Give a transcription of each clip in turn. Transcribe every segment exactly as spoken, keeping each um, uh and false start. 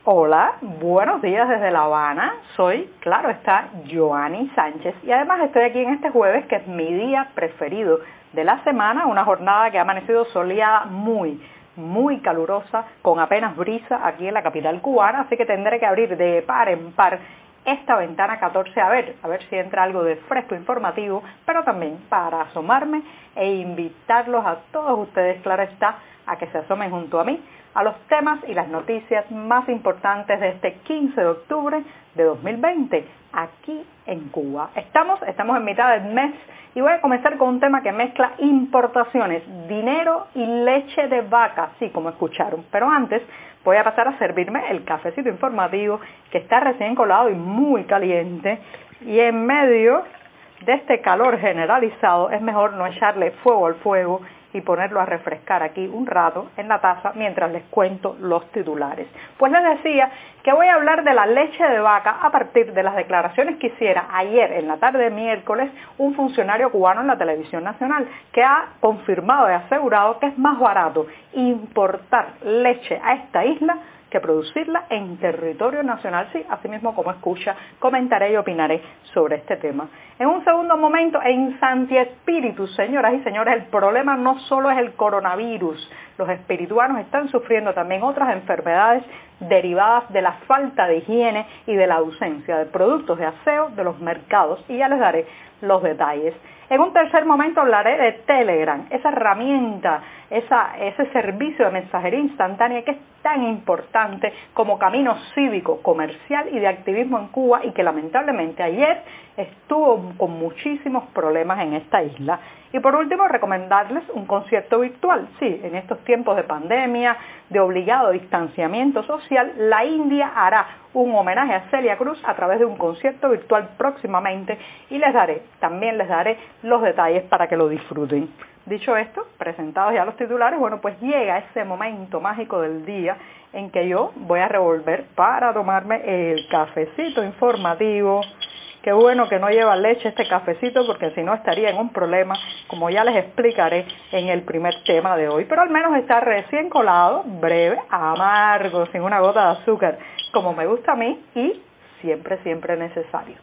Hola, buenos días desde La Habana. Soy, claro está, Joanny Sánchez y además estoy aquí en este jueves que es mi día preferido de la semana, una jornada que ha amanecido soleada muy, muy calurosa, con apenas brisa aquí en la capital cubana, así que tendré que abrir de par en par esta ventana catorce a ver, a ver si entra algo de fresco informativo, pero también para asomarme e invitarlos a todos ustedes, claro está, a que se asomen junto a mí a los temas y las noticias más importantes de este quince de octubre de dos mil veinte, aquí en Cuba. Estamos, estamos en mitad del mes y voy a comenzar con un tema que mezcla importaciones, dinero y leche de vaca, sí, como escucharon. Pero antes voy a pasar a servirme el cafecito informativo que está recién colado y muy caliente, y en medio de este calor generalizado es mejor no echarle fuego al fuego y ponerlo a refrescar aquí un rato en la taza mientras les cuento los titulares. Pues les decía que voy a hablar de la leche de vaca a partir de las declaraciones que hiciera ayer en la tarde de miércoles un funcionario cubano en la televisión nacional que ha confirmado y asegurado que es más barato importar leche a esta isla que producirla en territorio nacional. Sí, así mismo como escucha, comentaré y opinaré sobre este tema. En un segundo momento, en Santi Espíritu, señoras y señores, el problema no solo es el coronavirus. Los espirituanos están sufriendo también otras enfermedades derivadas de la falta de higiene y de la ausencia de productos de aseo de los mercados, y ya les daré los detalles. En un tercer momento hablaré de Telegram, esa herramienta, esa, ese servicio de mensajería instantánea que es tan importante como camino cívico, comercial y de activismo en Cuba, y que lamentablemente ayer estuvo con muchísimos problemas en esta isla. Y por último, recomendarles un concierto virtual. Sí, en estos tiempos de pandemia, de obligado distanciamiento social, la India hará un homenaje a Celia Cruz a través de un concierto virtual próximamente, y les daré, también les daré los detalles para que lo disfruten. Dicho esto, presentados ya los titulares, bueno, pues llega ese momento mágico del día en que yo voy a revolver para tomarme el cafecito informativo. Qué bueno que no lleva leche este cafecito, porque si no estaría en un problema, como ya les explicaré en el primer tema de hoy. Pero al menos está recién colado, breve, amargo, sin una gota de azúcar, como me gusta a mí, y siempre, siempre necesario.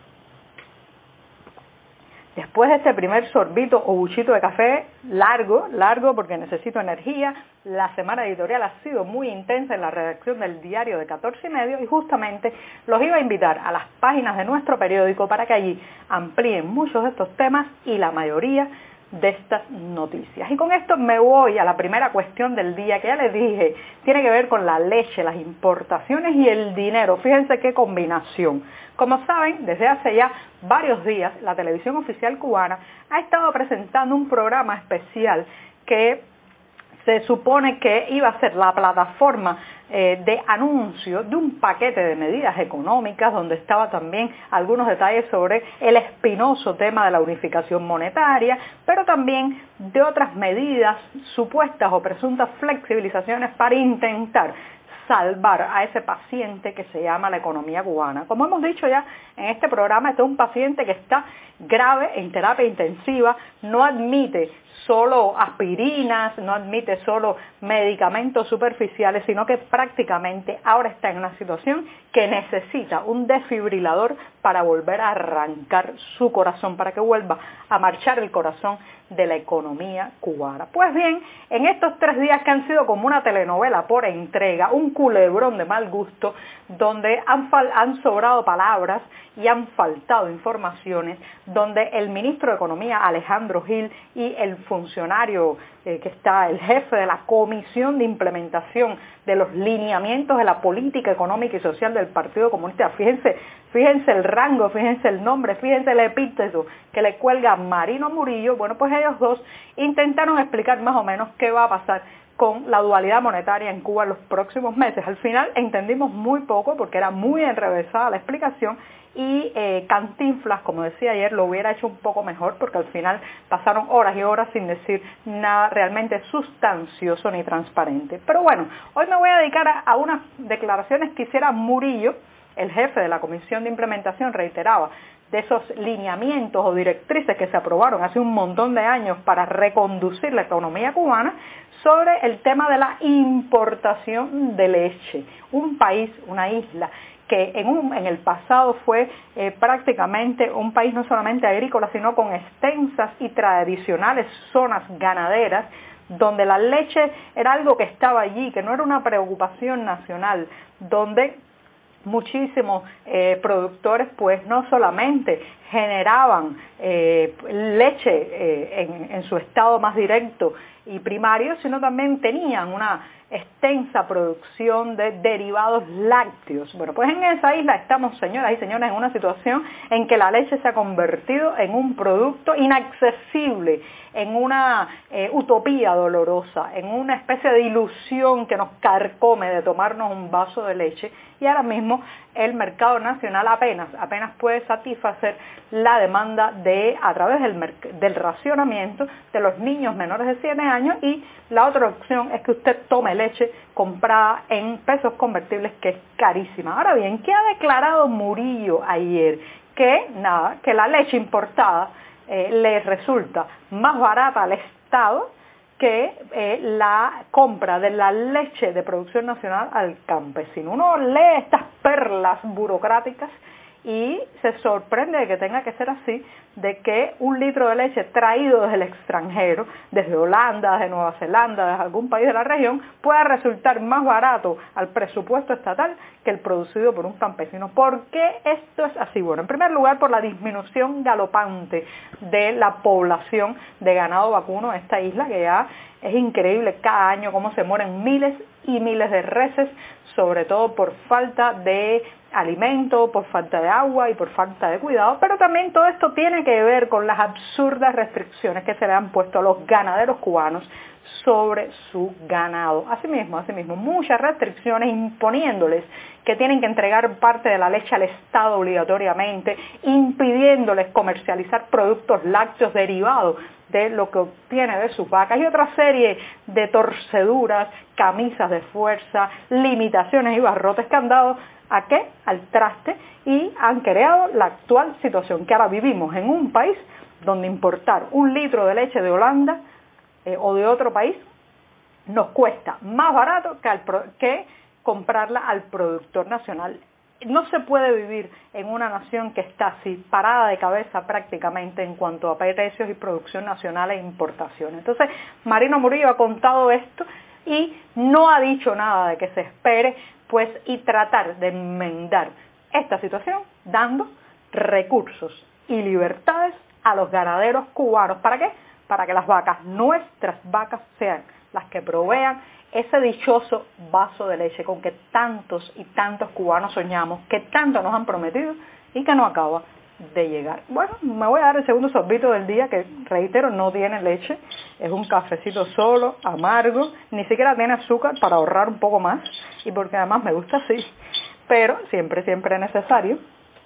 Después de este primer sorbito o buchito de café, largo, largo porque necesito energía, la semana editorial ha sido muy intensa en la redacción del diario de catorce y medio, y justamente los iba a invitar a las páginas de nuestro periódico para que allí amplíen muchos de estos temas y la mayoría de estas noticias. Y con esto me voy a la primera cuestión del día, que ya les dije, tiene que ver con la leche, las importaciones y el dinero. Fíjense qué combinación. Como saben, desde hace ya varios días, la televisión oficial cubana ha estado presentando un programa especial que se supone que iba a ser la plataforma eh, de anuncio de un paquete de medidas económicas, donde estaba también algunos detalles sobre el espinoso tema de la unificación monetaria, pero también de otras medidas supuestas o presuntas flexibilizaciones para intentar salvar a ese paciente que se llama la economía cubana. Como hemos dicho ya en este programa, este es un paciente que está grave en terapia intensiva, no admite solo aspirinas, no admite solo medicamentos superficiales, sino que prácticamente ahora está en una situación que necesita un desfibrilador para volver a arrancar su corazón, para que vuelva a marchar el corazón de la economía cubana. Pues bien, en estos tres días que han sido como una telenovela por entrega, un culebrón de mal gusto, donde han, fal- han sobrado palabras y han faltado informaciones, donde el ministro de Economía, Alejandro Gil, y el funcionario eh, que está, el jefe de la Comisión de Implementación de los Lineamientos de la Política Económica y Social del Partido Comunista, fíjense, fíjense el rango, fíjense el nombre, fíjense el epíteto que le cuelga a Marino Murillo. Bueno, pues ellos dos intentaron explicar más o menos qué va a pasar con la dualidad monetaria en Cuba en los próximos meses. Al final entendimos muy poco porque era muy enrevesada la explicación, y eh, Cantinflas, como decía ayer, lo hubiera hecho un poco mejor, porque al final pasaron horas y horas sin decir nada realmente sustancioso ni transparente. Pero bueno, hoy me voy a dedicar a, a unas declaraciones que hiciera Murillo el jefe de la Comisión de Implementación reiteraba de esos lineamientos o directrices que se aprobaron hace un montón de años para reconducir la economía cubana, sobre el tema de la importación de leche. Un país, una isla, que en, un, en el pasado fue eh, prácticamente un país no solamente agrícola, sino con extensas y tradicionales zonas ganaderas, donde la leche era algo que estaba allí, que no era una preocupación nacional, donde muchísimos eh, productores pues no solamente generaban eh, leche eh, en, en su estado más directo y primario, sino también tenían una extensa producción de derivados lácteos. Bueno, pues en esa isla estamos, señoras y señores, en una situación en que la leche se ha convertido en un producto inaccesible, en una eh, utopía dolorosa, en una especie de ilusión que nos carcome de tomarnos un vaso de leche, y ahora mismo el mercado nacional apenas, apenas puede satisfacer la demanda de, a través del, del racionamiento de los niños menores de siete años, y la otra opción es que usted tome leche comprada en pesos convertibles, que es carísima. Ahora bien, ¿qué ha declarado Murillo ayer? Que nada, que la leche importada eh, le resulta más barata al Estado que eh, la compra de la leche de producción nacional al campesino. Uno lee estas perlas burocráticas y se sorprende de que tenga que ser así, de que un litro de leche traído desde el extranjero, desde Holanda, desde Nueva Zelanda, desde algún país de la región, pueda resultar más barato al presupuesto estatal que el producido por un campesino. ¿Por qué esto es así? Bueno, en primer lugar, por la disminución galopante de la población de ganado vacuno en esta isla, que ya es increíble cada año cómo se mueren miles y miles de reses, sobre todo por falta de alimento, por falta de agua y por falta de cuidado, pero también todo esto tiene que ver con las absurdas restricciones que se le han puesto a los ganaderos cubanos sobre su ganado. Asimismo, asimismo, muchas restricciones imponiéndoles que tienen que entregar parte de la leche al Estado obligatoriamente, impidiéndoles comercializar productos lácteos derivados de lo que obtiene de sus vacas, y otra serie de torceduras, camisas de fuerza, limitaciones y barrotes que han dado ¿a qué? Al traste, y han creado la actual situación, que ahora vivimos en un país donde importar un litro de leche de Holanda eh, o de otro país nos cuesta más barato que, al, que comprarla al productor nacional. No se puede vivir en una nación que está así, parada de cabeza prácticamente en cuanto a precios y producción nacional e importación. Entonces, Marino Murillo ha contado esto y no ha dicho nada de que se espere, pues, y tratar de enmendar esta situación dando recursos y libertades a los ganaderos cubanos. ¿Para qué? Para que las vacas, nuestras vacas, sean las que provean ese dichoso vaso de leche con que tantos y tantos cubanos soñamos, que tanto nos han prometido y que no acaba de llegar. Bueno, me voy a dar el segundo sorbito del día, que reitero, no tiene leche, es un cafecito solo, amargo, ni siquiera tiene azúcar, para ahorrar un poco más y porque además me gusta así, pero siempre, siempre es necesario.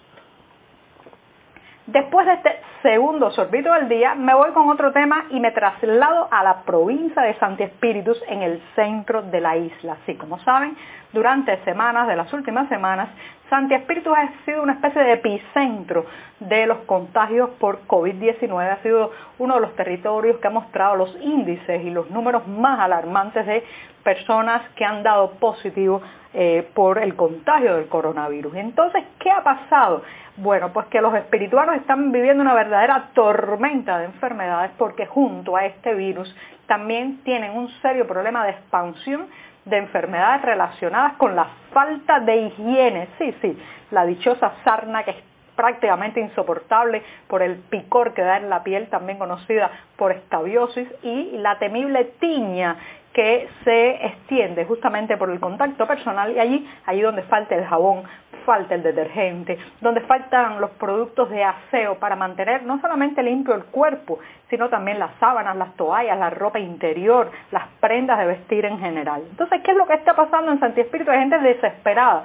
Después de este segundo sorbito del día, me voy con otro tema y me traslado a la provincia de Santi Espíritus, en el centro de la isla. Sí, como saben, durante semanas, de las últimas semanas, Santi Espíritus ha sido una especie de epicentro de los contagios por COVID diecinueve. Ha sido uno de los territorios que ha mostrado los índices y los números más alarmantes de personas que han dado positivo eh, por el contagio del coronavirus. Entonces, ¿qué ha pasado? Bueno, pues que los espirituanos están viviendo una verdadera tormenta de enfermedades, porque junto a este virus también tienen un serio problema de expansión de enfermedades relacionadas con la falta de higiene. Sí, sí, la dichosa sarna, que es prácticamente insoportable por el picor que da en la piel, también conocida por escabiosis, y la temible tiña que se extiende justamente por el contacto personal, y allí, allí donde falta el jabón, falta el detergente, donde faltan los productos de aseo para mantener no solamente limpio el cuerpo, sino también las sábanas, las toallas, la ropa interior, las prendas de vestir en general. Entonces, ¿qué es lo que está pasando en Santi Espíritu? Hay gente desesperada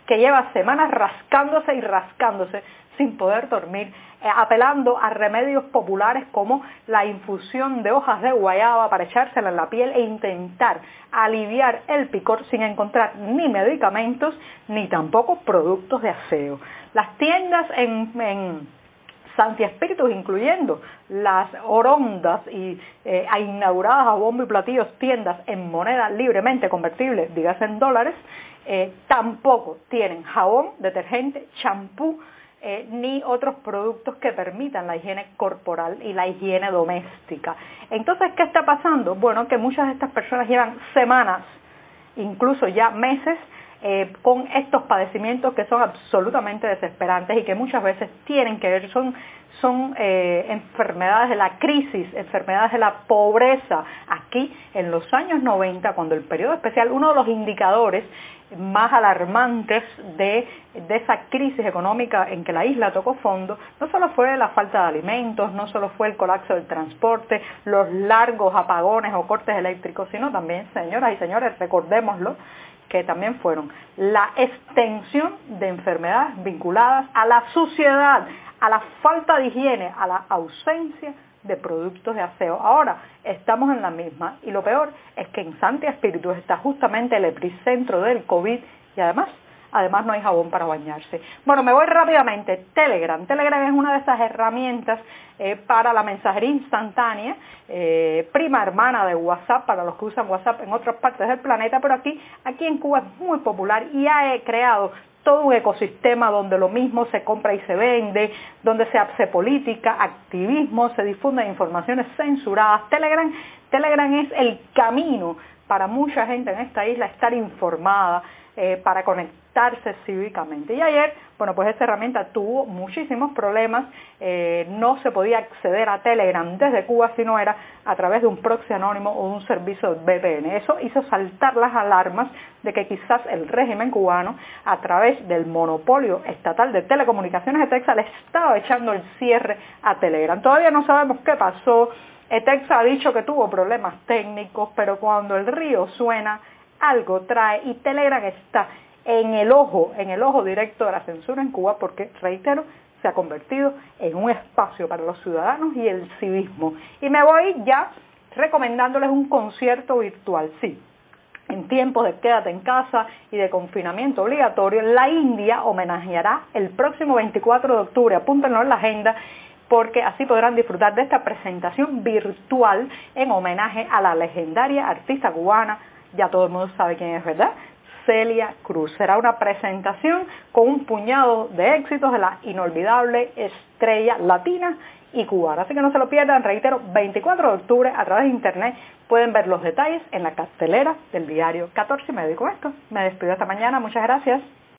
que lleva semanas rascándose y rascándose sin poder dormir, eh, apelando a remedios populares como la infusión de hojas de guayaba para echársela en la piel e intentar aliviar el picor sin encontrar ni medicamentos ni tampoco productos de aseo. Las tiendas en, en Santi Espíritus, incluyendo las orondas y eh, inauguradas a bombo y platillos tiendas en moneda libremente convertible, dígase en dólares, eh, tampoco tienen jabón, detergente, champú, Eh, ni otros productos que permitan la higiene corporal y la higiene doméstica. Entonces, ¿qué está pasando? Bueno, que muchas de estas personas llevan semanas, incluso ya meses, eh, con estos padecimientos que son absolutamente desesperantes y que muchas veces tienen que ver, son, son eh, enfermedades de la crisis, enfermedades de la pobreza. Aquí, en los años noventa, cuando el periodo especial, uno de los indicadores más alarmantes de, de esa crisis económica en que la isla tocó fondo, no solo fue la falta de alimentos, no solo fue el colapso del transporte, los largos apagones o cortes eléctricos, sino también, señoras y señores, recordémoslo, que también fueron la extensión de enfermedades vinculadas a la suciedad, a la falta de higiene, a la ausencia de productos de aseo. Ahora estamos en la misma y lo peor es que en Santi Espíritus está justamente el epicentro del COVID y además, además no hay jabón para bañarse. Bueno, me voy rápidamente. Telegram. Telegram es una de esas herramientas eh, para la mensajería instantánea, eh, prima hermana de WhatsApp para los que usan WhatsApp en otras partes del planeta, pero aquí, aquí en Cuba es muy popular y ha eh, creado todo un ecosistema donde lo mismo se compra y se vende, donde se hace política, activismo, se difunden informaciones censuradas. Telegram, Telegram es el camino para mucha gente en esta isla estar informada, eh, para conectarse cívicamente. Y ayer, bueno, pues esta herramienta tuvo muchísimos problemas, eh, no se podía acceder a Telegram desde Cuba si no era a través de un proxy anónimo o un servicio de V P N. Eso hizo saltar las alarmas de que quizás el régimen cubano, a través del monopolio estatal de telecomunicaciones de Texas, le estaba echando el cierre a Telegram. Todavía no sabemos qué pasó. Texas ha dicho que tuvo problemas técnicos, pero cuando el río suena, algo trae, y Telegram está en el ojo, en el ojo directo de la censura en Cuba, porque, reitero, se ha convertido en un espacio para los ciudadanos y el civismo. Y me voy ya recomendándoles un concierto virtual. Sí, en tiempos de quédate en casa y de confinamiento obligatorio, la India homenajeará el próximo veinticuatro de octubre, apúntenlo en la agenda, porque así podrán disfrutar de esta presentación virtual en homenaje a la legendaria artista cubana, ya todo el mundo sabe quién es, ¿verdad?, Celia Cruz. Será una presentación con un puñado de éxitos de la inolvidable estrella latina y cubana. Así que no se lo pierdan, reitero, veinticuatro de octubre a través de internet pueden ver los detalles en la cartelera del diario catorce y medio. Y con esto me despido hasta mañana. Muchas gracias.